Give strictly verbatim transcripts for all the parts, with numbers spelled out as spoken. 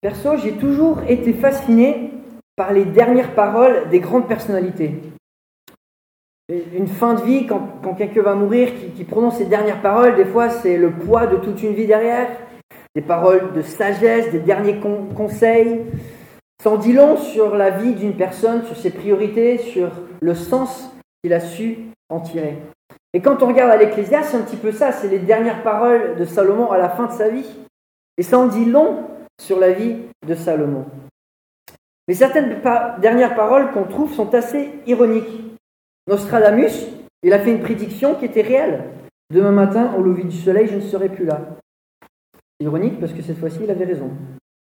Perso, j'ai toujours été fasciné par les dernières paroles des grandes personnalités. Une fin de vie, quand, quand quelqu'un va mourir, qui, qui prononce ses dernières paroles, des fois c'est le poids de toute une vie derrière, des paroles de sagesse, des derniers con- conseils. Ça en dit long sur la vie d'une personne, sur ses priorités, sur le sens qu'il a su en tirer. Et quand on regarde à l'Ecclésiaste, c'est un petit peu ça, c'est les dernières paroles de Salomon à la fin de sa vie. Et ça en dit long sur la vie de Salomon. Mais certaines pa- dernières paroles qu'on trouve sont assez ironiques. Nostradamus, il a fait une prédiction qui était réelle. Demain matin, au lever du soleil, je ne serai plus là. C'est ironique parce que cette fois-ci, il avait raison.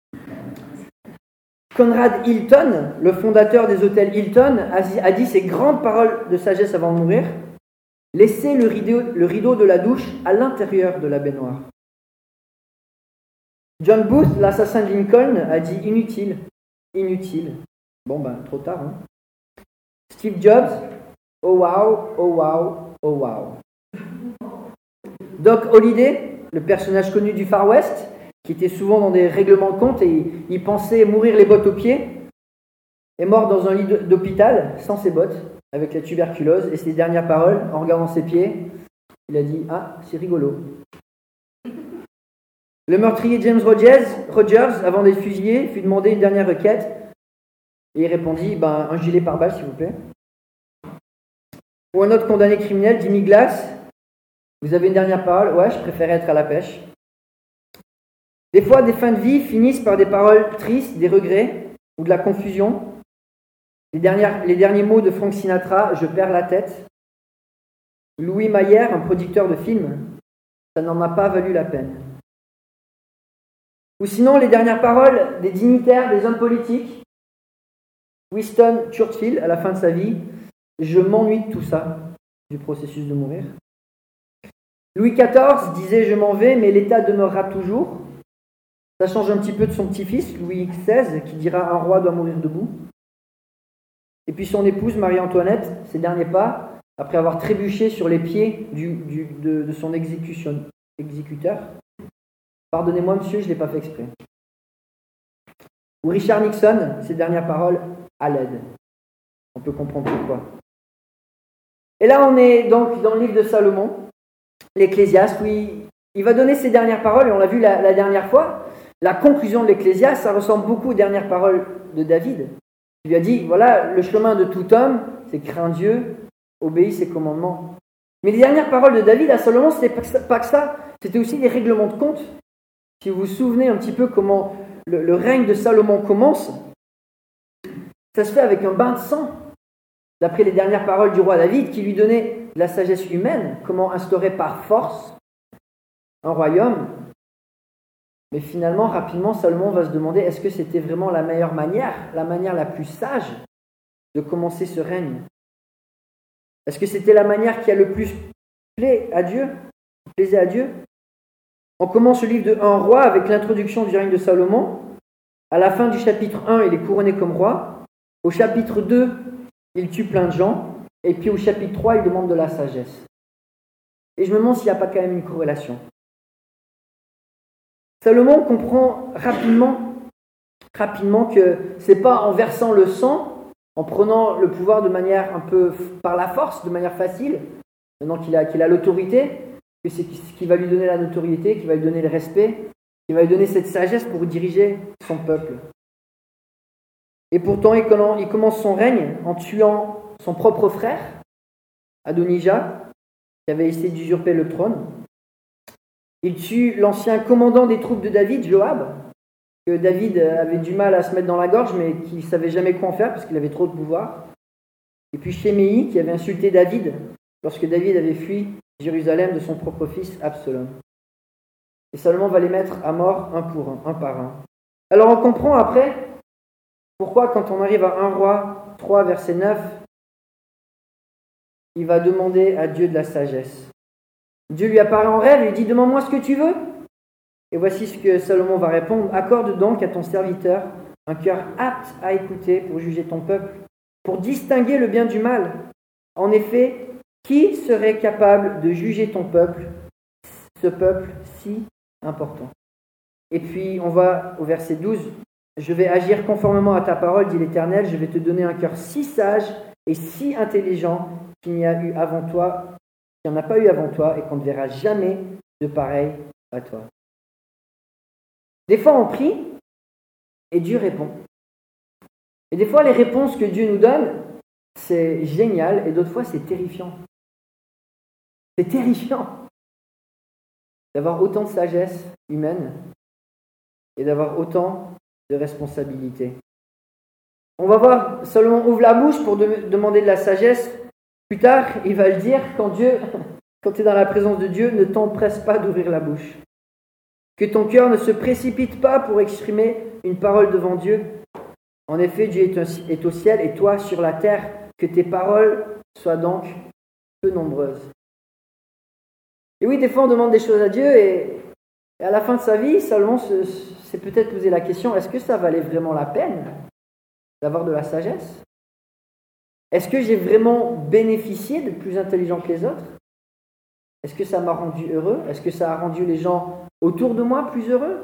Conrad Hilton, le fondateur des hôtels Hilton, a dit ces grandes paroles de sagesse avant de mourir. Laissez le rideau, le rideau de la douche à l'intérieur de la baignoire. John Booth, l'assassin de Lincoln, a dit inutile, inutile. Bon ben, trop tard. Hein. Steve Jobs, oh wow, oh wow, oh wow. Doc Holliday, le personnage connu du Far West, qui était souvent dans des règlements de compte et il pensait mourir les bottes aux pieds, est mort dans un lit d'hôpital sans ses bottes, avec la tuberculose, et ses dernières paroles, en regardant ses pieds, il a dit « Ah, c'est rigolo ». Le meurtrier James Rogers, Rogers, avant d'être fusillé, fut demandé une dernière requête, et il répondit ben, « Un gilet pare-balles, s'il vous plaît ». Ou un autre condamné criminel, Jimmy Glass, « Vous avez une dernière parole ?»« Ouais, je préférais être à la pêche ». Des fois, des fins de vie finissent par des paroles tristes, des regrets ou de la confusion. Les, dernières, les derniers mots de Frank Sinatra, « Je perds la tête ». Louis Mayer, un producteur de films, « Ça n'en a pas valu la peine ». Ou sinon, les dernières paroles des dignitaires, des hommes politiques. Winston Churchill, à la fin de sa vie, « Je m'ennuie de tout ça », du processus de mourir. Louis quatorze disait « Je m'en vais, mais l'État demeurera toujours ». Ça change un petit peu de son petit-fils, Louis seize, qui dira « Un roi doit mourir debout ». Et puis son épouse, Marie-Antoinette, ses derniers pas, après avoir trébuché sur les pieds du, du, de, de son exécution, exécuteur. « Pardonnez-moi, monsieur, je ne l'ai pas fait exprès ». Ou Richard Nixon, ses dernières paroles « À l'aide ». On peut comprendre pourquoi. Et là, on est donc dans le livre de Salomon, l'Ecclésiaste, où il, il va donner ses dernières paroles, et on l'a vu la, la dernière fois. La conclusion de l'Ecclésiaste, ça ressemble beaucoup aux dernières paroles de David. Il lui a dit, voilà, le chemin de tout homme, c'est craindre Dieu, obéir ses commandements. Mais les dernières paroles de David à Salomon, ce n'était pas que ça, c'était aussi des règlements de compte. Si vous vous souvenez un petit peu comment le, le règne de Salomon commence, ça se fait avec un bain de sang. D'après les dernières paroles du roi David, qui lui donnait de la sagesse humaine, comment instaurer par force un royaume. Mais finalement, rapidement, Salomon va se demander, est-ce que c'était vraiment la meilleure manière, la manière la plus sage de commencer ce règne? Est-ce que c'était la manière qui a le plus plu à Dieu, plaisait à Dieu? On commence le livre de un roi avec l'introduction du règne de Salomon. À la fin du chapitre un, il est couronné comme roi. Au chapitre deux, il tue plein de gens. Et puis au chapitre trois, il demande de la sagesse. Et je me demande s'il n'y a pas quand même une corrélation. Salomon comprend rapidement, rapidement que ce n'est pas en versant le sang, en prenant le pouvoir de manière un peu par la force, de manière facile, maintenant qu'il a, qu'il a l'autorité, que c'est ce qui va lui donner la notoriété, qui va lui donner le respect, qui va lui donner cette sagesse pour diriger son peuple. Et pourtant, il commence son règne en tuant son propre frère, Adonijah, qui avait essayé d'usurper le trône. Il tue l'ancien commandant des troupes de David, Joab, que David avait du mal à se mettre dans la gorge, mais qui ne savait jamais quoi en faire parce qu'il avait trop de pouvoir. Et puis Shimei, qui avait insulté David lorsque David avait fui Jérusalem de son propre fils Absalom. Et Salomon va les mettre à mort un pour un, un par un. Alors on comprend après pourquoi quand on arrive à un roi trois, verset neuf, il va demander à Dieu de la sagesse. Dieu lui apparaît en rêve et lui dit « Demande-moi ce que tu veux ». Et voici ce que Salomon va répondre « Accorde donc à ton serviteur un cœur apte à écouter pour juger ton peuple, pour distinguer le bien du mal. En effet, qui serait capable de juger ton peuple, ce peuple si important ?» Et puis on va au verset douze je vais agir conformément à ta parole, dit l'Éternel, je vais te donner un cœur si sage et si intelligent qu'il n'y a eu avant toi, qu'il n'y en a pas eu avant toi et qu'on ne verra jamais de pareil à toi. Des fois, on prie et Dieu répond. Et des fois, les réponses que Dieu nous donne, c'est génial et d'autres fois, c'est terrifiant. C'est terrifiant d'avoir autant de sagesse humaine et d'avoir autant de responsabilités. On va voir, Salomon ouvre la bouche pour de- demander de la sagesse. Plus tard, il va le dire, quand Dieu, quand tu es dans la présence de Dieu, ne t'empresse pas d'ouvrir la bouche. Que ton cœur ne se précipite pas pour exprimer une parole devant Dieu. En effet, Dieu est, un- est au ciel et toi sur la terre. Que tes paroles soient donc peu nombreuses. Et oui, des fois on demande des choses à Dieu et, et à la fin de sa vie, Salomon se- s'est peut-être posé la question, est-ce que ça valait vraiment la peine d'avoir de la sagesse? Est-ce que j'ai vraiment bénéficié d'être plus intelligent que les autres? Est-ce que ça m'a rendu heureux? Est-ce que ça a rendu les gens autour de moi plus heureux?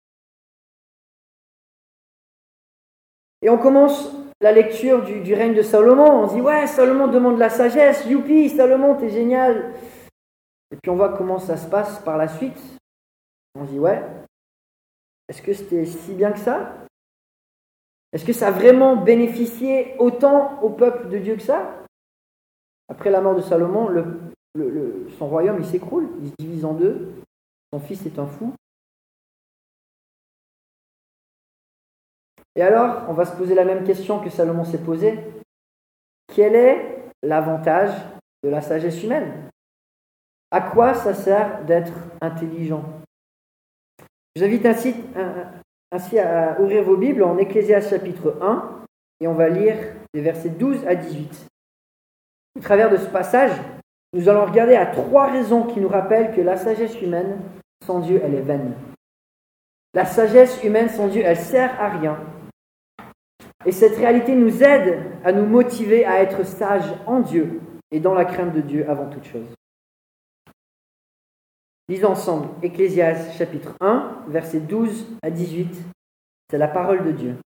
Et on commence la lecture du, du règne de Salomon. On se dit, ouais, Salomon demande la sagesse. Youpi, Salomon, t'es génial. Et puis on voit comment ça se passe par la suite. On se dit, ouais, est-ce que c'était si bien que ça? Est-ce que ça a vraiment bénéficié autant au peuple de Dieu que ça? Après la mort de Salomon, le, le, le, son royaume il s'écroule, il se divise en deux. Son fils est un fou. Et alors, on va se poser la même question que Salomon s'est posée. Quel est l'avantage de la sagesse humaine? À quoi ça sert d'être intelligent? Je vous invite ainsi, ainsi à ouvrir vos Bibles en Ecclésiaste chapitre un et on va lire des versets douze à dix-huit. Au travers de ce passage, nous allons regarder à trois raisons qui nous rappellent que la sagesse humaine, sans Dieu, elle est vaine. La sagesse humaine sans Dieu, elle sert à rien. Et cette réalité nous aide à nous motiver à être sages en Dieu et dans la crainte de Dieu avant toute chose. Lisons ensemble Ecclésiaste chapitre un, versets douze à dix-huit. C'est la parole de Dieu.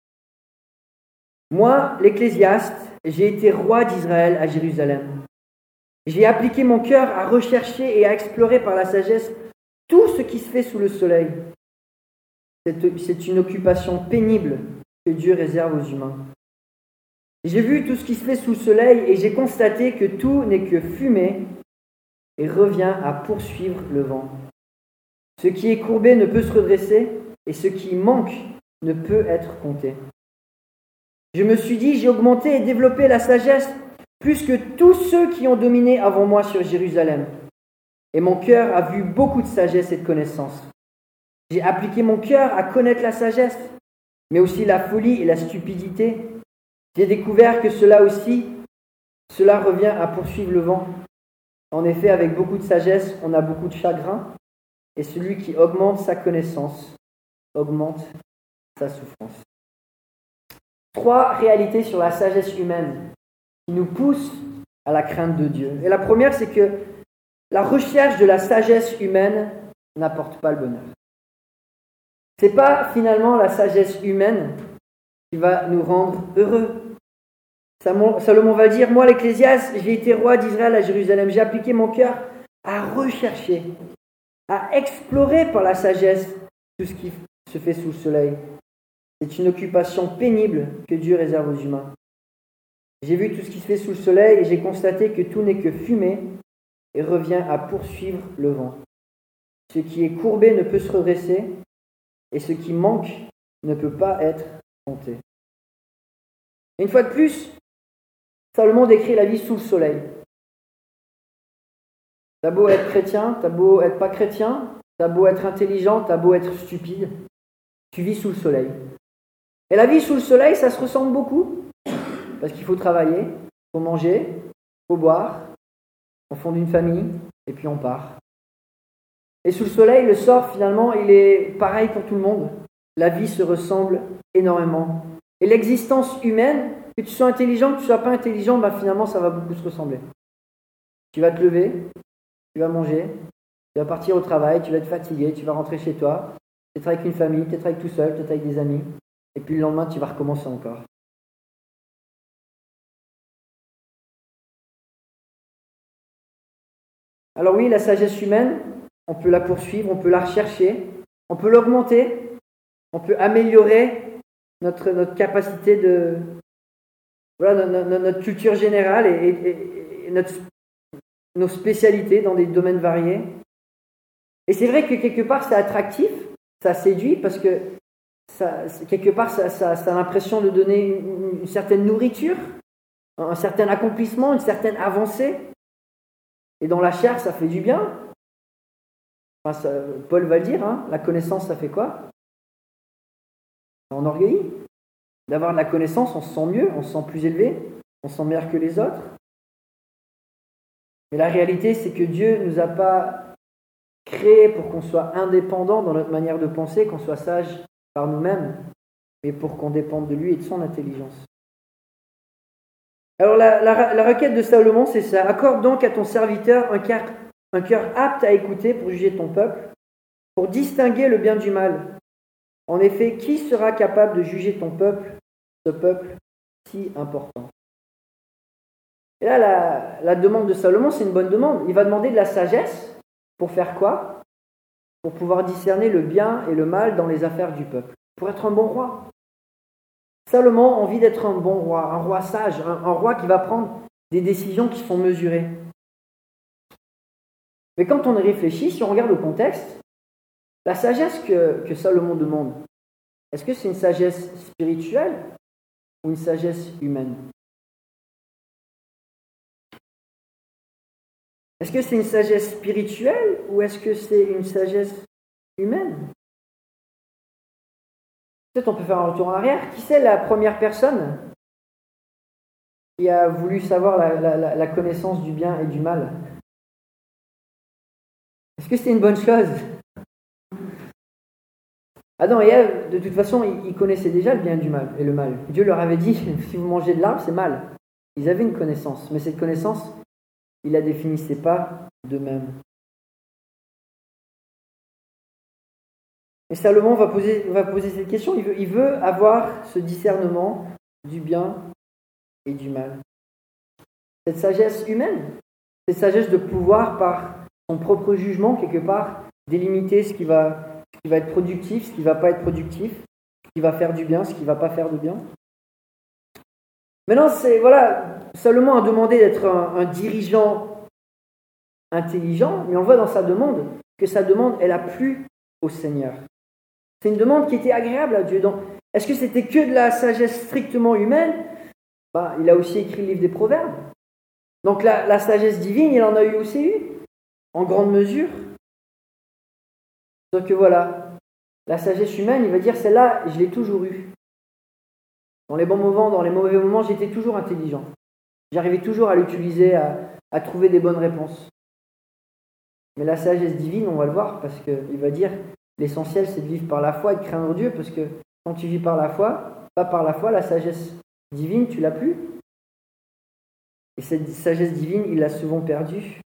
Moi, l'Ecclésiaste, j'ai été roi d'Israël à Jérusalem. J'ai appliqué mon cœur à rechercher et à explorer par la sagesse tout ce qui se fait sous le soleil. C'est, c'est une occupation pénible que Dieu réserve aux humains. J'ai vu tout ce qui se fait sous le soleil et j'ai constaté que tout n'est que fumée et revient à poursuivre le vent. Ce qui est courbé ne peut se redresser et ce qui manque ne peut être compté. Je me suis dit, j'ai augmenté et développé la sagesse plus que tous ceux qui ont dominé avant moi sur Jérusalem. Et mon cœur a vu beaucoup de sagesse et de connaissance. J'ai appliqué mon cœur à connaître la sagesse, mais aussi la folie et la stupidité. J'ai découvert que cela aussi, cela revient à poursuivre le vent. En effet, avec beaucoup de sagesse, on a beaucoup de chagrin, et celui qui augmente sa connaissance augmente sa souffrance. Trois réalités sur la sagesse humaine qui nous poussent à la crainte de Dieu. Et la première, c'est que la recherche de la sagesse humaine n'apporte pas le bonheur. Ce n'est pas finalement la sagesse humaine qui va nous rendre heureux. Salomon va dire, moi l'Ecclésiaste, j'ai été roi d'Israël à Jérusalem, j'ai appliqué mon cœur à rechercher, à explorer par la sagesse tout ce qui se fait sous le soleil. C'est une occupation pénible que Dieu réserve aux humains. J'ai vu tout ce qui se fait sous le soleil et j'ai constaté que tout n'est que fumée et revient à poursuivre le vent. Ce qui est courbé ne peut se redresser et ce qui manque ne peut pas être compté. Et une fois de plus, Salomon décrit la vie sous le soleil. T'as beau être chrétien, t'as beau être pas chrétien, t'as beau être intelligent, t'as beau être stupide, tu vis sous le soleil. Et la vie sous le soleil, ça se ressemble beaucoup, parce qu'il faut travailler, il faut manger, il faut boire, on fonde une famille, et puis on part. Et sous le soleil, le sort, finalement, il est pareil pour tout le monde. La vie se ressemble énormément. Et l'existence humaine, que tu sois intelligent, que tu ne sois pas intelligent, bah finalement, ça va beaucoup se ressembler. Tu vas te lever, tu vas manger, tu vas partir au travail, tu vas être fatigué, tu vas rentrer chez toi, peut-être avec une famille, peut-être avec tout seul, peut-être avec des amis. et puis le lendemain, tu vas recommencer encore. Alors oui, la sagesse humaine, on peut la poursuivre, on peut la rechercher, on peut l'augmenter, on peut améliorer notre, notre capacité de... Voilà, notre, notre culture générale et, et, et notre, nos spécialités dans des domaines variés. Et c'est vrai que quelque part, c'est attractif, ça séduit, parce que ça, quelque part, ça, ça, ça a l'impression de donner une, une certaine nourriture, un certain accomplissement, une certaine avancée. Et dans la chair, ça fait du bien. Enfin, ça, Paul va le dire, hein, la connaissance, ça fait quoi? Ça enorgueillit. D'avoir de la connaissance, on se sent mieux, on se sent plus élevé, on se sent meilleur que les autres. Mais la réalité, c'est que Dieu ne nous a pas créés pour qu'on soit indépendant dans notre manière de penser, qu'on soit sage par nous-mêmes, mais pour qu'on dépende de lui et de son intelligence. Alors la, la, la requête de Salomon, c'est ça. Accorde donc à ton serviteur un cœur, un cœur apte à écouter pour juger ton peuple, pour distinguer le bien du mal. En effet, qui sera capable de juger ton peuple, ce peuple si important? Et là, la, la demande de Salomon, c'est une bonne demande. Il va demander de la sagesse pour faire quoi? Pour pouvoir discerner le bien et le mal dans les affaires du peuple, pour être un bon roi. Salomon a envie d'être un bon roi, un roi sage, un, un roi qui va prendre des décisions qui sont mesurées. Mais quand on y réfléchit, si on regarde le contexte, la sagesse que, que Salomon demande, est-ce que c'est une sagesse spirituelle ou une sagesse humaine? Est-ce que c'est une sagesse spirituelle ou est-ce que c'est une sagesse humaine? Peut-être on peut faire un retour en arrière. Qui c'est la première personne qui a voulu savoir la, la, la connaissance du bien et du mal? Est-ce que c'est une bonne chose? Adam et Ève, de toute façon, ils connaissaient déjà le bien et du mal et le mal. Dieu leur avait dit, si vous mangez de l'arbre, c'est mal. Ils avaient une connaissance, mais cette connaissance, ils ne la définissaient pas d'eux-mêmes. Et Salomon va poser, va poser cette question, il veut, il veut avoir ce discernement du bien et du mal. Cette sagesse humaine, cette sagesse de pouvoir, par son propre jugement, quelque part, délimiter ce qui va, ce qui va être productif, ce qui ne va pas être productif, ce qui va faire du bien, ce qui ne va pas faire de bien. Maintenant, c'est, voilà, Salomon a demandé d'être un, un dirigeant intelligent, mais on voit dans sa demande que sa demande, elle a plu au Seigneur. C'est une demande qui était agréable à Dieu. Donc, est-ce que c'était que de la sagesse strictement humaine? Bah, il a aussi écrit le livre des Proverbes. Donc la, la sagesse divine, il en a eu aussi eu, en grande mesure. Donc voilà, la sagesse humaine, il va dire, celle-là, je l'ai toujours eue. Dans les bons moments, dans les mauvais moments, j'étais toujours intelligent. J'arrivais toujours à l'utiliser, à, à trouver des bonnes réponses. Mais la sagesse divine, on va le voir, parce qu'il va dire, l'essentiel, c'est de vivre par la foi et de craindre Dieu, parce que quand tu vis par la foi, pas par la foi, la sagesse divine, tu l'as plus. Et cette sagesse divine, il l'a souvent perdue.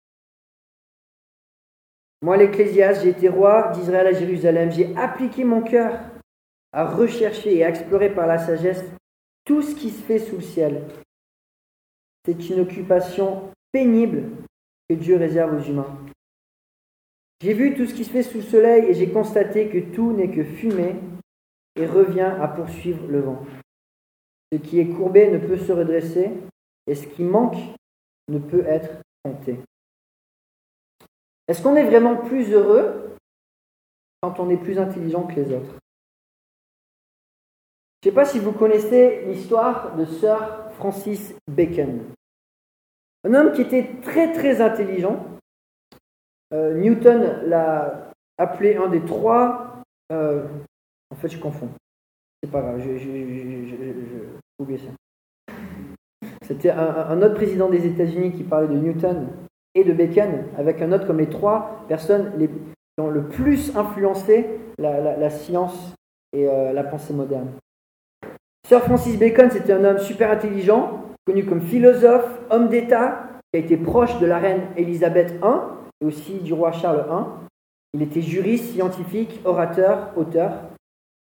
Moi, l'Ecclésiaste, j'ai été roi d'Israël à Jérusalem. J'ai appliqué mon cœur à rechercher et à explorer par la sagesse tout ce qui se fait sous le ciel. C'est une occupation pénible que Dieu réserve aux humains. J'ai vu tout ce qui se fait sous le soleil et j'ai constaté que tout n'est que fumée et revient à poursuivre le vent. Ce qui est courbé ne peut se redresser et ce qui manque ne peut être compté. Est-ce qu'on est vraiment plus heureux quand on est plus intelligent que les autres? Je ne sais pas si vous connaissez l'histoire de Sir Francis Bacon. Un homme qui était très très intelligent. Euh, Newton l'a appelé un des trois... Euh, en fait, je confonds. C'est pas grave, je, je, je, je, je, je oublié ça. C'était un, un autre président des États-Unis qui parlait de Newton et de Bacon, avec un autre comme les trois personnes les, qui ont le plus influencé la, la, la science et euh, la pensée moderne. Sir Francis Bacon, c'était un homme super intelligent, connu comme philosophe, homme d'État, qui a été proche de la reine Élisabeth première et aussi du roi Charles premier. Il était juriste, scientifique, orateur, auteur.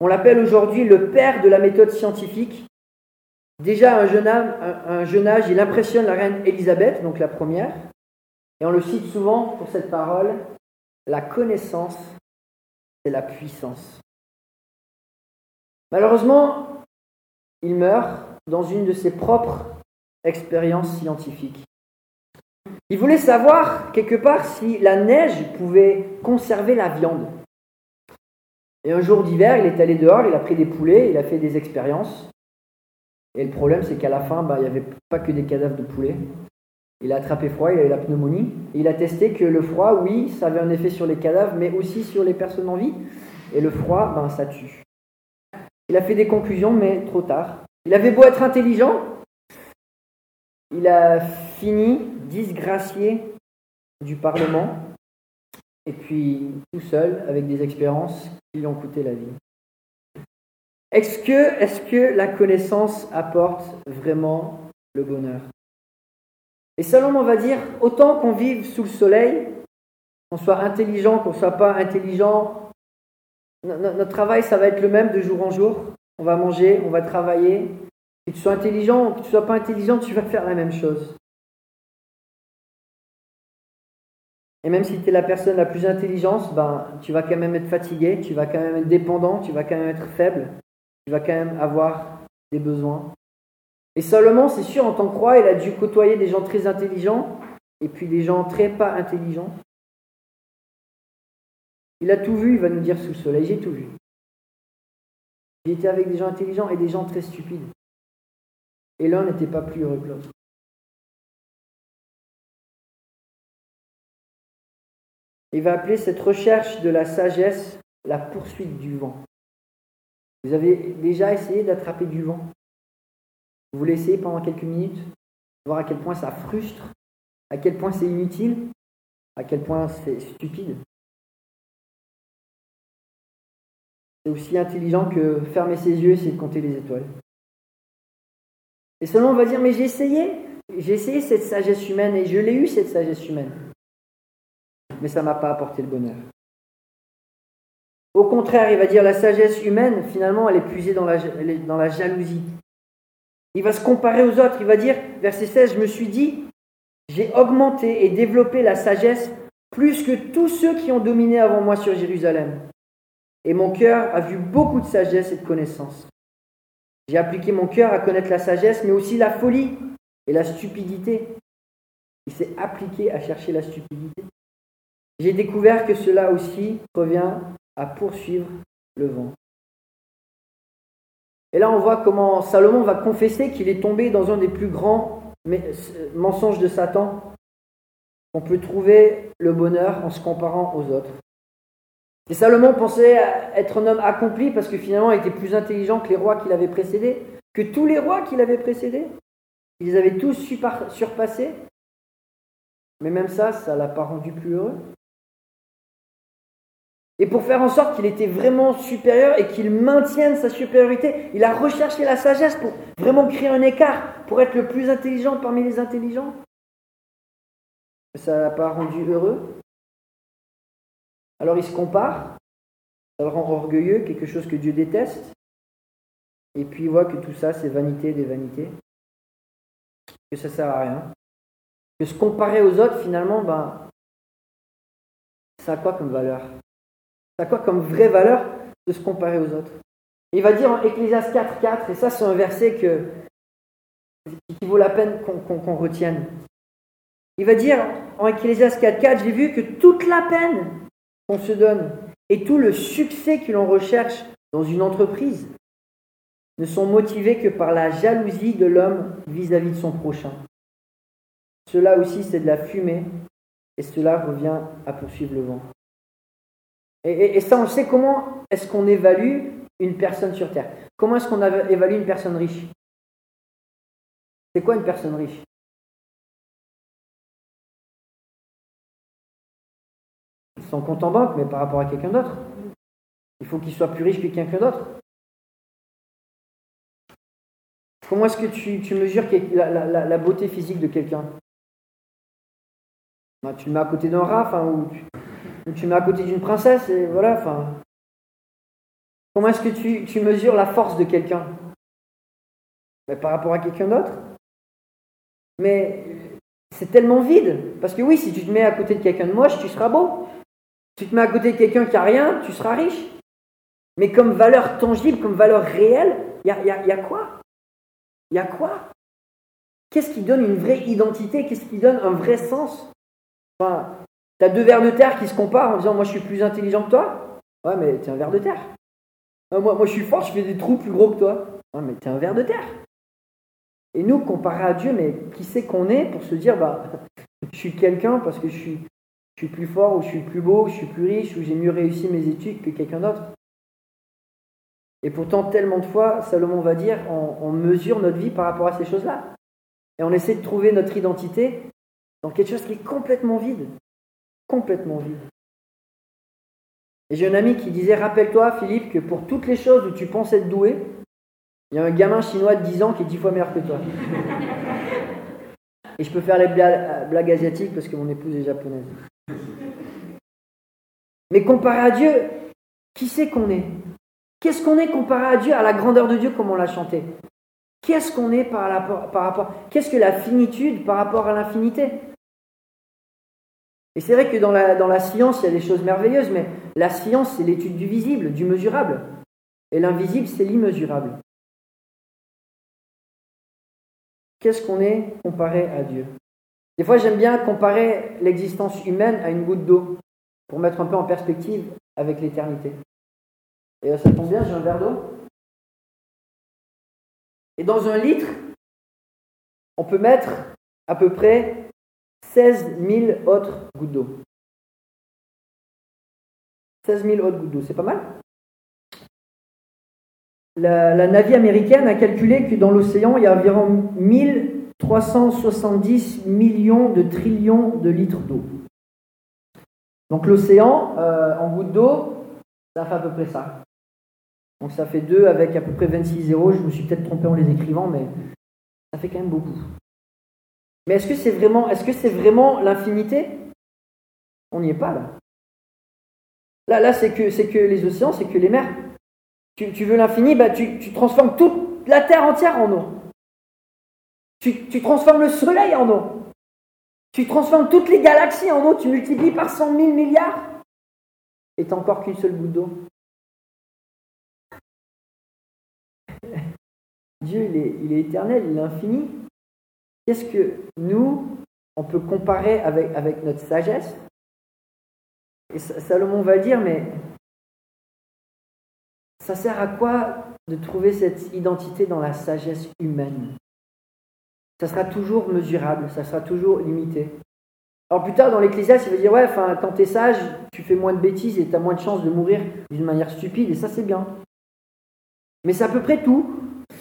On l'appelle aujourd'hui le père de la méthode scientifique. Déjà à un jeune âge, un, un jeune âge, il impressionne la reine Élisabeth, donc la première, et on le cite souvent pour cette parole, la connaissance, c'est la puissance. Malheureusement, il meurt dans une de ses propres expériences scientifiques. Il voulait savoir, quelque part, si la neige pouvait conserver la viande. Et un jour d'hiver, il est allé dehors, il a pris des poulets, il a fait des expériences. Et le problème, c'est qu'à la fin, bah, il n'y avait pas que des cadavres de poulets. Il a attrapé froid, il a eu la pneumonie. Et il a testé que le froid, oui, ça avait un effet sur les cadavres, mais aussi sur les personnes en vie. Et le froid, ben, ça tue. Il a fait des conclusions, mais trop tard. Il avait beau être intelligent, il a fini disgracié du Parlement, et puis tout seul, avec des expériences qui lui ont coûté la vie. Est-ce que, est-ce que la connaissance apporte vraiment le bonheur? Et Salomon va dire, autant qu'on vive sous le soleil, qu'on soit intelligent, qu'on ne soit pas intelligent, notre travail, ça va être le même de jour en jour. On va manger, on va travailler. Que tu sois intelligent ou que tu ne sois pas intelligent, tu vas faire la même chose. Et même si tu es la personne la plus intelligente, ben, tu vas quand même être fatigué, tu vas quand même être dépendant, tu vas quand même être faible, tu vas quand même avoir des besoins. Et Salomon, c'est sûr, en tant que roi, il a dû côtoyer des gens très intelligents et puis des gens très pas intelligents. Il a tout vu, il va nous dire sous le soleil, j'ai tout vu. J'ai été avec des gens intelligents et des gens très stupides. Et l'un n'était pas plus heureux que l'autre. Il va appeler cette recherche de la sagesse la poursuite du vent. Vous avez déjà essayé d'attraper du vent? Vous voulez essayer pendant quelques minutes? Voir à quel point ça frustre, à quel point c'est inutile, à quel point c'est stupide. C'est aussi intelligent que fermer ses yeux et essayer de compter les étoiles. Et seulement on va dire, mais j'ai essayé, j'ai essayé cette sagesse humaine et je l'ai eu cette sagesse humaine. Mais ça ne m'a pas apporté le bonheur. Au contraire, il va dire, la sagesse humaine, finalement, elle est puisée dans la, elle est dans la jalousie. Il va se comparer aux autres, il va dire, verset seize, je me suis dit, j'ai augmenté et développé la sagesse plus que tous ceux qui ont dominé avant moi sur Jérusalem. Et mon cœur a vu beaucoup de sagesse et de connaissance. J'ai appliqué mon cœur à connaître la sagesse, mais aussi la folie et la stupidité. Il s'est appliqué à chercher la stupidité. J'ai découvert que cela aussi revient à poursuivre le vent. Et là, on voit comment Salomon va confesser qu'il est tombé dans un des plus grands mensonges de Satan. On peut trouver le bonheur en se comparant aux autres. Et Salomon pensait être un homme accompli parce que finalement il était plus intelligent que les rois qui l'avaient précédé, que tous les rois qui l'avaient précédé. Ils les avaient tous surpassés. Mais même ça, ça ne l'a pas rendu plus heureux. Et pour faire en sorte qu'il était vraiment supérieur et qu'il maintienne sa supériorité, il a recherché la sagesse pour vraiment créer un écart, pour être le plus intelligent parmi les intelligents. Mais ça ne l'a pas rendu heureux. Alors il se compare, ça le rend orgueilleux, quelque chose que Dieu déteste. Et puis il voit que tout ça, c'est vanité des vanités, que ça ne sert à rien. Que se comparer aux autres, finalement, ben, ça a quoi comme valeur? Ça a quoi comme vraie valeur de se comparer aux autres? Il va dire en Ecclésiaste quatre, quatre, et ça c'est un verset que, qui vaut la peine qu'on, qu'on, qu'on retienne. Il va dire en Ecclésiaste quatre, quatre, j'ai vu que toute la peine qu'on se donne et tout le succès que l'on recherche dans une entreprise ne sont motivés que par la jalousie de l'homme vis-à-vis de son prochain. Cela aussi, c'est de la fumée et cela revient à poursuivre le vent. Et, et, et ça, on sait comment est-ce qu'on évalue une personne sur Terre. Comment est-ce qu'on évalue une personne riche? C'est quoi une personne riche? Son compte en banque, mais par rapport à quelqu'un d'autre. Il faut qu'il soit plus riche que quelqu'un d'autre. Comment est-ce que tu, tu mesures la, la, la beauté physique de quelqu'un? Ben, tu le mets à côté d'un rat, enfin, ou, tu, ou tu le mets à côté d'une princesse, et voilà, enfin. Comment est-ce que tu, tu mesures la force de quelqu'un? Ben, par rapport à quelqu'un d'autre. Mais c'est tellement vide. Parce que oui, si tu te mets à côté de quelqu'un de moche, tu seras beau. Si tu te mets à côté de quelqu'un qui n'a rien, tu seras riche. Mais comme valeur tangible, comme valeur réelle, il y a, y a, y a quoi? Il y a quoi? Qu'est-ce qui donne une vraie identité? Qu'est-ce qui donne un vrai sens? Enfin, tu as deux vers de terre qui se comparent en disant « moi je suis plus intelligent que toi ». Ouais, mais t'es un ver de terre. Ah, moi, moi je suis fort, je fais des trous plus gros que toi. Ouais, mais t'es un ver de terre. Et nous, comparé à Dieu, mais qui c'est qu'on est pour se dire bah je suis quelqu'un parce que je suis, je suis plus fort, ou je suis plus beau, ou je suis plus riche, ou j'ai mieux réussi mes études que quelqu'un d'autre. Et pourtant, tellement de fois, Salomon va dire, on, on mesure notre vie par rapport à ces choses-là. Et on essaie de trouver notre identité dans quelque chose qui est complètement vide. Complètement vide. Et j'ai un ami qui disait, rappelle-toi, Philippe, que pour toutes les choses où tu penses être doué, il y a un gamin chinois de dix ans qui est dix fois meilleur que toi. Et je peux faire les blagues, blagues asiatiques parce que mon épouse est japonaise. Mais comparé à Dieu, qui c'est qu'on est? Qu'est-ce qu'on est comparé à Dieu, à la grandeur de Dieu, comme on l'a chanté? Qu'est-ce qu'on est par, la, par rapport... Qu'est-ce que la finitude par rapport à l'infinité? Et c'est vrai que dans la, dans la science, il y a des choses merveilleuses, mais la science, c'est l'étude du visible, du mesurable. Et l'invisible, c'est l'immesurable. Qu'est-ce qu'on est comparé à Dieu? Des fois, j'aime bien comparer l'existence humaine à une goutte d'eau, pour mettre un peu en perspective avec l'éternité. Et ça tombe bien, j'ai un verre d'eau. Et dans un litre, on peut mettre à peu près seize mille autres gouttes d'eau. seize mille autres gouttes d'eau, c'est pas mal. La, la Navy américaine a calculé que dans l'océan, il y a environ mille trois cent soixante-dix millions de trillions de litres d'eau. Donc l'océan, euh, en gouttes d'eau, ça fait à peu près ça. Donc ça fait deux avec à peu près vingt-six zéros. Je me suis peut-être trompé en les écrivant, mais ça fait quand même beaucoup. Mais est-ce que c'est vraiment, est-ce que c'est vraiment l'infinité? On n'y est pas là. Là, là c'est que, c'est que les océans, c'est que les mers. Tu, tu veux l'infini, bah, tu, tu transformes toute la Terre entière en eau. Tu, tu transformes le Soleil en eau. Tu transformes toutes les galaxies en eau. Tu multiplies par cent mille milliards. Et t'as encore qu'une seule goutte d'eau. Dieu, il est, il est éternel, il est infini. Qu'est-ce que nous, on peut comparer avec, avec notre sagesse? Et Salomon va dire, mais ça sert à quoi de trouver cette identité dans la sagesse humaine? Ça sera toujours mesurable, ça sera toujours limité. Alors plus tard dans l'Ecclésiaste, il va dire, ouais, enfin, quand tu es sage, tu fais moins de bêtises et tu as moins de chances de mourir d'une manière stupide, et ça c'est bien. Mais c'est à peu près tout.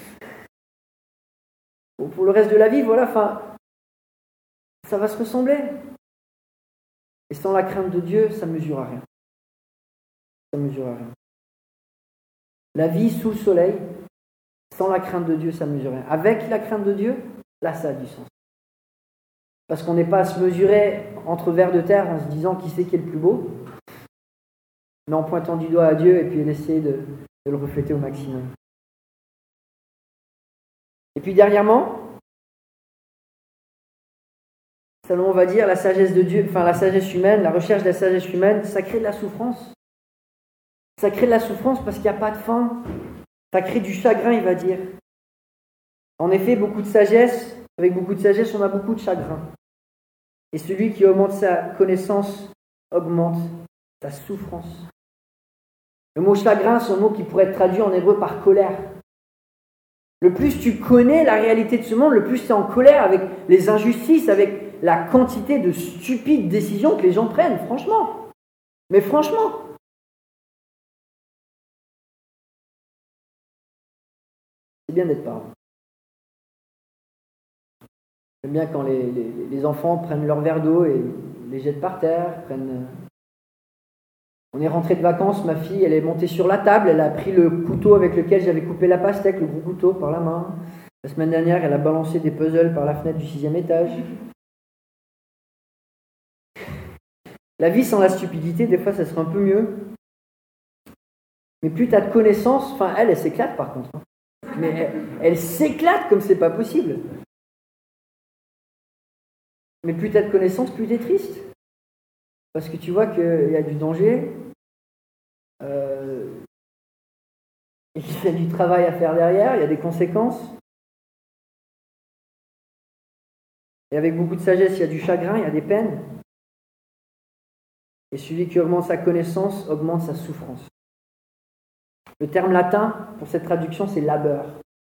Pour le reste de la vie, voilà, enfin, ça va se ressembler. Et sans la crainte de Dieu, ça ne mesure à rien. Ça ne mesure à rien. La vie sous le soleil, sans la crainte de Dieu, ça ne mesure à rien. Avec la crainte de Dieu, là, ça a du sens. Parce qu'on n'est pas à se mesurer entre vers de terre en se disant qui c'est qui est le plus beau, mais en pointant du doigt à Dieu et puis d'essayer de, de le refléter au maximum. Et puis dernièrement, Salomon va dire la sagesse de Dieu, enfin la sagesse humaine, la recherche de la sagesse humaine, ça crée de la souffrance. Ça crée de la souffrance parce qu'il n'y a pas de fin. Ça crée du chagrin, il va dire. En effet, beaucoup de sagesse, avec beaucoup de sagesse, on a beaucoup de chagrin. Et celui qui augmente sa connaissance augmente sa souffrance. Le mot chagrin, c'est un mot qui pourrait être traduit en hébreu par colère. Le plus tu connais la réalité de ce monde, le plus tu es en colère avec les injustices, avec la quantité de stupides décisions que les gens prennent, franchement. Mais franchement. C'est bien d'être parent. J'aime bien quand les, les, les enfants prennent leur verre d'eau et les jettent par terre, prennent... On est rentré de vacances, ma fille, elle est montée sur la table, elle a pris le couteau avec lequel j'avais coupé la pastèque, le gros couteau, par la main. La semaine dernière, elle a balancé des puzzles par la fenêtre du sixième étage. La vie sans la stupidité, des fois, ça serait un peu mieux. mais plus tu as de connaissances, enfin elle, elle s'éclate par contre. Hein. Mais elle, elle s'éclate comme c'est pas possible. Mais plus tu as de connaissances, plus tu es triste. Parce que tu vois qu'il y a du danger, euh, il y a du travail à faire derrière, il y a des conséquences. Et avec beaucoup de sagesse, il y a du chagrin, il y a des peines. Et celui qui augmente sa connaissance augmente sa souffrance. Le terme latin pour cette traduction, c'est labeur.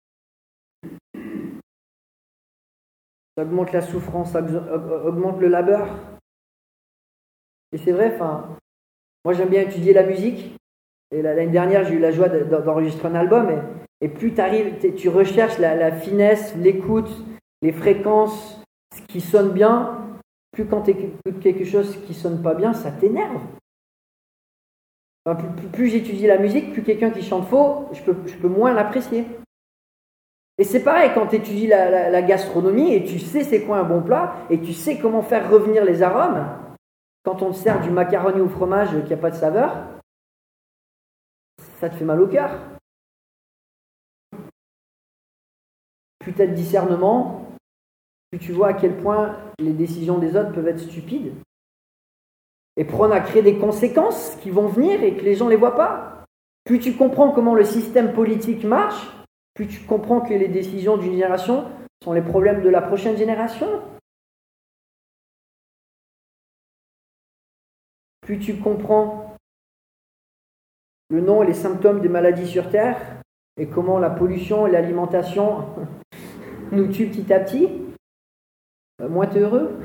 Ça augmente la souffrance, ça augmente le labeur. Et c'est vrai, enfin, moi j'aime bien étudier la musique. Et l'année dernière, j'ai eu la joie d'enregistrer un album. Et, et plus tu arrives, tu recherches la, la finesse, l'écoute, les fréquences, ce qui sonne bien, plus quand tu écoutes quelque chose qui sonne pas bien, ça t'énerve. Enfin, plus, plus, plus j'étudie la musique, plus quelqu'un qui chante faux, je peux, je peux moins l'apprécier. Et c'est pareil quand tu étudies la, la, la gastronomie et tu sais c'est quoi un bon plat et tu sais comment faire revenir les arômes. Quand on te sert du macaroni au fromage qui n'a pas de saveur, ça te fait mal au cœur. Plus tu as de discernement, plus tu vois à quel point les décisions des autres peuvent être stupides et prendre à créer des conséquences qui vont venir et que les gens ne les voient pas. Plus tu comprends comment le système politique marche, plus tu comprends que les décisions d'une génération sont les problèmes de la prochaine génération. Plus tu comprends le nom et les symptômes des maladies sur Terre et comment la pollution et l'alimentation nous tuent petit à petit, moins tu es heureux.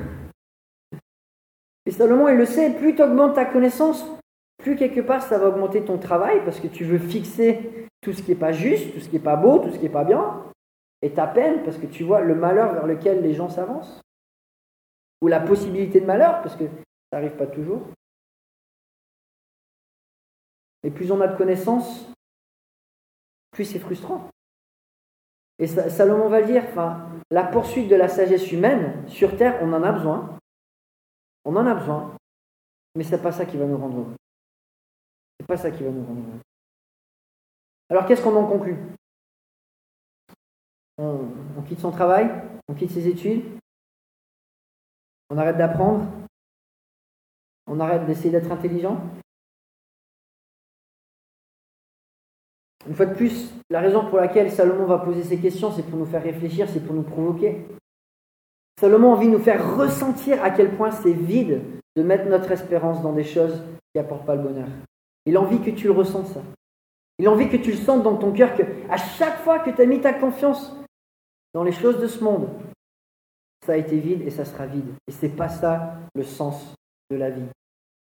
Et Salomon, il le sait, plus tu augmentes ta connaissance, plus quelque part ça va augmenter ton travail parce que tu veux fixer tout ce qui n'est pas juste, tout ce qui n'est pas beau, tout ce qui n'est pas bien, et ta peine parce que tu vois le malheur vers lequel les gens s'avancent, ou la possibilité de malheur parce que ça n'arrive pas toujours. Et plus on a de connaissances, plus c'est frustrant. Et Salomon va le dire, enfin, la poursuite de la sagesse humaine, sur Terre, on en a besoin. On en a besoin. Mais ce n'est pas ça qui va nous rendre heureux. Ce n'est pas ça qui va nous rendre heureux. Alors qu'est-ce qu'on en conclut ? on, on quitte son travail, on quitte ses études, on arrête d'apprendre, on arrête d'essayer d'être intelligent. Une fois de plus, la raison pour laquelle Salomon va poser ces questions, c'est pour nous faire réfléchir, c'est pour nous provoquer. Salomon a envie de nous faire ressentir à quel point c'est vide de mettre notre espérance dans des choses qui n'apportent pas le bonheur. Il a envie que tu le ressentes, ça. Il a envie que tu le sentes dans ton cœur, qu'à chaque fois que tu as mis ta confiance dans les choses de ce monde, ça a été vide et ça sera vide. Et c'est pas ça le sens de la vie.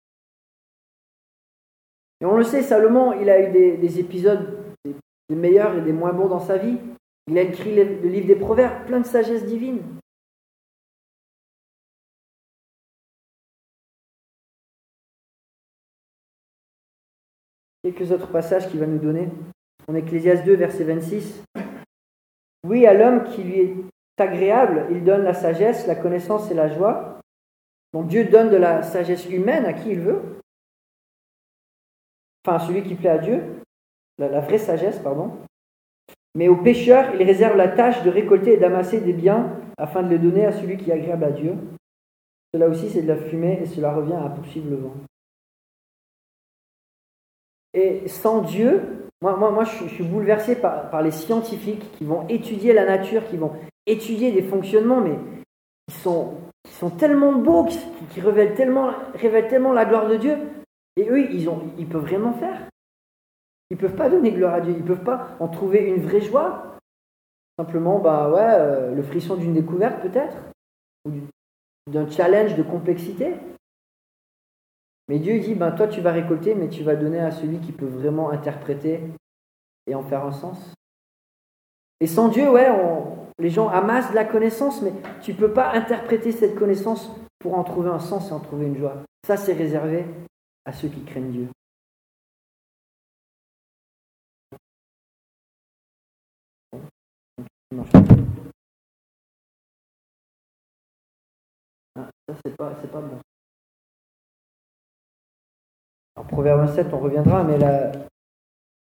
Et on le sait, Salomon, il a eu des, des épisodes des meilleurs et des moins bons dans sa vie. Il a écrit le, le livre des Proverbes, plein de sagesse divine. Quelques autres passages qu'il va nous donner. En Ecclésiaste deux, verset vingt-six. Oui, à l'homme qui lui est agréable, il donne la sagesse, la connaissance et la joie. Donc Dieu donne de la sagesse humaine à qui il veut. Enfin, à celui qui plaît à Dieu. La, la vraie sagesse, pardon. Mais aux pécheurs, il réserve la tâche de récolter et d'amasser des biens afin de les donner à celui qui est agréable à Dieu. Cela aussi, c'est de la fumée et cela revient à poursuivre le vent. Et sans Dieu, moi, moi, moi je, je suis bouleversé par, par les scientifiques qui vont étudier la nature, qui vont étudier des fonctionnements, mais qui sont, qui sont tellement beaux, qui, qui révèlent, tellement, révèlent tellement la gloire de Dieu. Et eux, ils, ont, ils peuvent rien en faire. Ils ne peuvent pas donner gloire à Dieu. Ils ne peuvent pas en trouver une vraie joie. Simplement, bah ouais, euh, le frisson d'une découverte peut-être, ou d'un challenge de complexité. Mais Dieu dit, ben toi tu vas récolter, mais tu vas donner à celui qui peut vraiment interpréter et en faire un sens. Et sans Dieu, ouais, on, les gens amassent de la connaissance, mais tu ne peux pas interpréter cette connaissance pour en trouver un sens et en trouver une joie. Ça, c'est réservé à ceux qui craignent Dieu. Ah, ça, c'est pas, c'est pas bon. En Proverbe sept, on reviendra, mais la,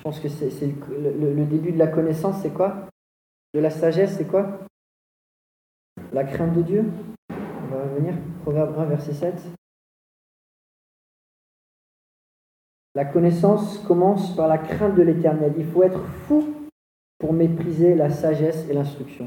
pense que c'est, c'est le, le, le début de la connaissance, c'est quoi? De la sagesse, c'est quoi? La crainte de Dieu. On va revenir. Proverbe un, verset sept. La connaissance commence par la crainte de l'Éternel. Il faut être fou pour mépriser la sagesse et l'instruction.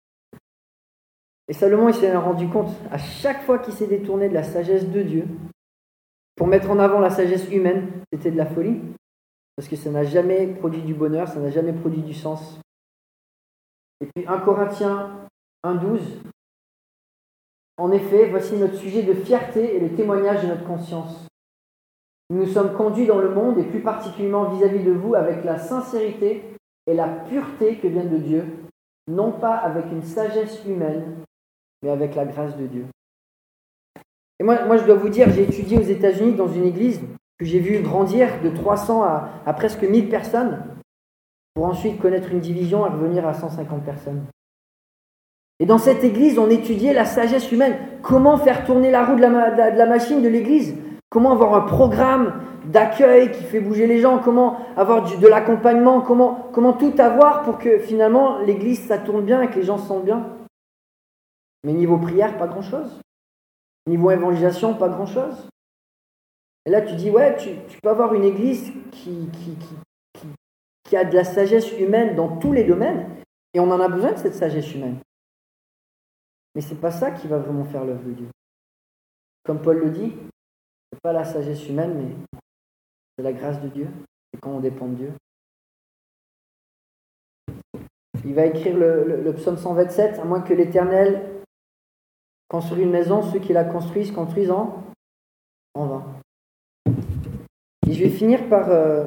Et Salomon, il s'est rendu compte, à chaque fois qu'il s'est détourné de la sagesse de Dieu, pour mettre en avant la sagesse humaine, c'était de la folie. Parce que ça n'a jamais produit du bonheur, ça n'a jamais produit du sens. Et puis un Corinthiens un, douze. En effet, voici notre sujet de fierté et le témoignage de notre conscience. Nous nous sommes conduits dans le monde, et plus particulièrement vis-à-vis de vous, avec la sincérité et la pureté que vient de Dieu, non pas avec une sagesse humaine, mais avec la grâce de Dieu. Et moi, moi je dois vous dire, j'ai étudié aux États-Unis dans une église que j'ai vu grandir de trois cents à, à presque mille personnes, pour ensuite connaître une division et revenir à cent cinquante personnes. Et dans cette église, on étudiait la sagesse humaine. Comment faire tourner la roue de la, de la, de la machine de l'église? Comment avoir un programme d'accueil qui fait bouger les gens? Comment avoir du, de l'accompagnement? Comment, comment tout avoir pour que finalement l'église, ça tourne bien et que les gens se sentent bien? Mais niveau prière, pas grand-chose. Niveau évangélisation, pas grand-chose. Et là, tu dis, ouais, tu, tu peux avoir une église qui, qui, qui, qui, qui a de la sagesse humaine dans tous les domaines, et on en a besoin de cette sagesse humaine. Mais c'est pas ça qui va vraiment faire l'œuvre de Dieu. Comme Paul le dit, c'est pas la sagesse humaine, mais c'est la grâce de Dieu, et quand on dépend de Dieu. Il va écrire le, le, le psaume cent vingt-sept, à moins que l'Éternel construise une maison, ceux qui la construisent construisent en, en vain. Et je vais finir par euh,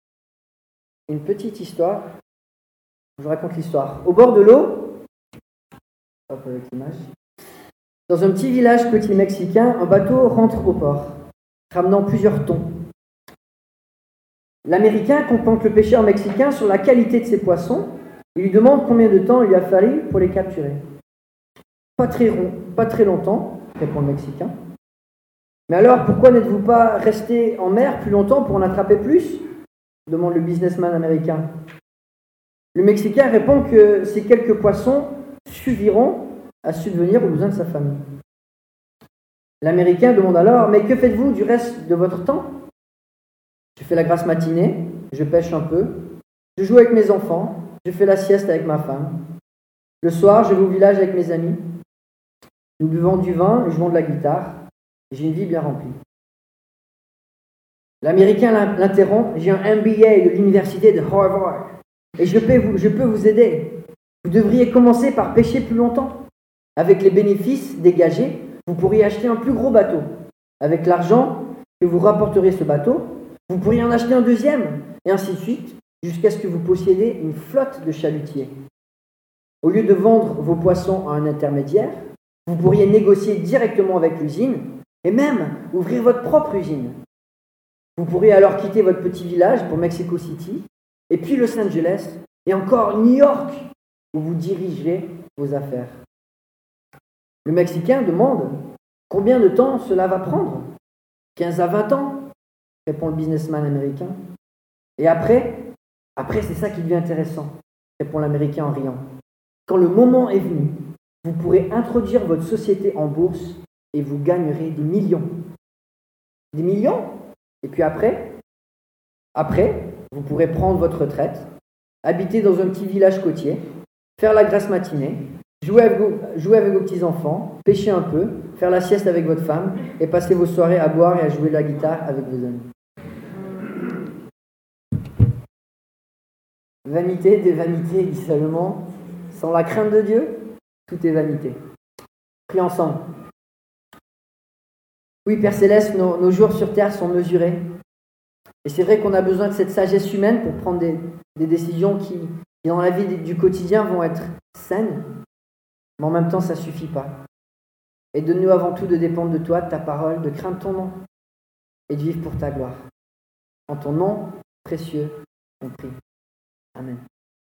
une petite histoire. Je vous raconte l'histoire. Au bord de l'eau, hop avec l'image, dans un petit village côtier mexicain, un bateau rentre au port, ramenant plusieurs tons. L'Américain contemple le pêcheur mexicain sur la qualité de ses poissons et lui demande combien de temps il lui a fallu pour les capturer. Pas très, rond, pas très longtemps, répond le Mexicain. Mais alors, pourquoi n'êtes-vous pas resté en mer plus longtemps pour en attraper plus? Demande le businessman américain. Le Mexicain répond que ces quelques poissons suffiront à subvenir aux besoins de sa famille. L'Américain demande alors, mais que faites-vous du reste de votre temps? Je fais la grasse matinée, je pêche un peu, je joue avec mes enfants, je fais la sieste avec ma femme. Le soir, je vais au village avec mes amis. Nous buvons du vin et jouons de la guitare. J'ai une vie bien remplie. L'Américain l'interrompt. J'ai un M B A de l'université de Harvard et je peux, vous, je peux vous aider. Vous devriez commencer par pêcher plus longtemps. Avec les bénéfices dégagés, vous pourriez acheter un plus gros bateau. Avec l'argent que vous rapporterez ce bateau, vous pourriez en acheter un deuxième, et ainsi de suite, jusqu'à ce que vous possédiez une flotte de chalutiers. Au lieu de vendre vos poissons à un intermédiaire, vous pourriez négocier directement avec l'usine et même ouvrir votre propre usine. Vous pourriez alors quitter votre petit village pour Mexico City, et puis Los Angeles, et encore New York, où vous dirigerez vos affaires. Le Mexicain demande combien de temps cela va prendre. quinze à vingt ans, répond le businessman américain. Et après, après c'est ça qui devient intéressant, répond l'Américain en riant. Quand le moment est venu, vous pourrez introduire votre société en bourse et vous gagnerez des millions. Des millions? Et puis après, après, vous pourrez prendre votre retraite, habiter dans un petit village côtier, faire la grasse matinée, jouer avec vos, jouer avec vos petits-enfants, pêcher un peu, faire la sieste avec votre femme et passer vos soirées à boire et à jouer de la guitare avec vos amis. Vanité des vanités, dit Salomon. Sans la crainte de Dieu, tout est vanité. Prions ensemble. Oui, Père Céleste, nos, nos jours sur terre sont mesurés. Et c'est vrai qu'on a besoin de cette sagesse humaine pour prendre des, des décisions qui, qui, dans la vie du quotidien, vont être saines. Mais en même temps, ça ne suffit pas. Et donne-nous avant tout de dépendre de toi, de ta parole, de craindre ton nom et de vivre pour ta gloire. En ton nom précieux, on prie. Amen.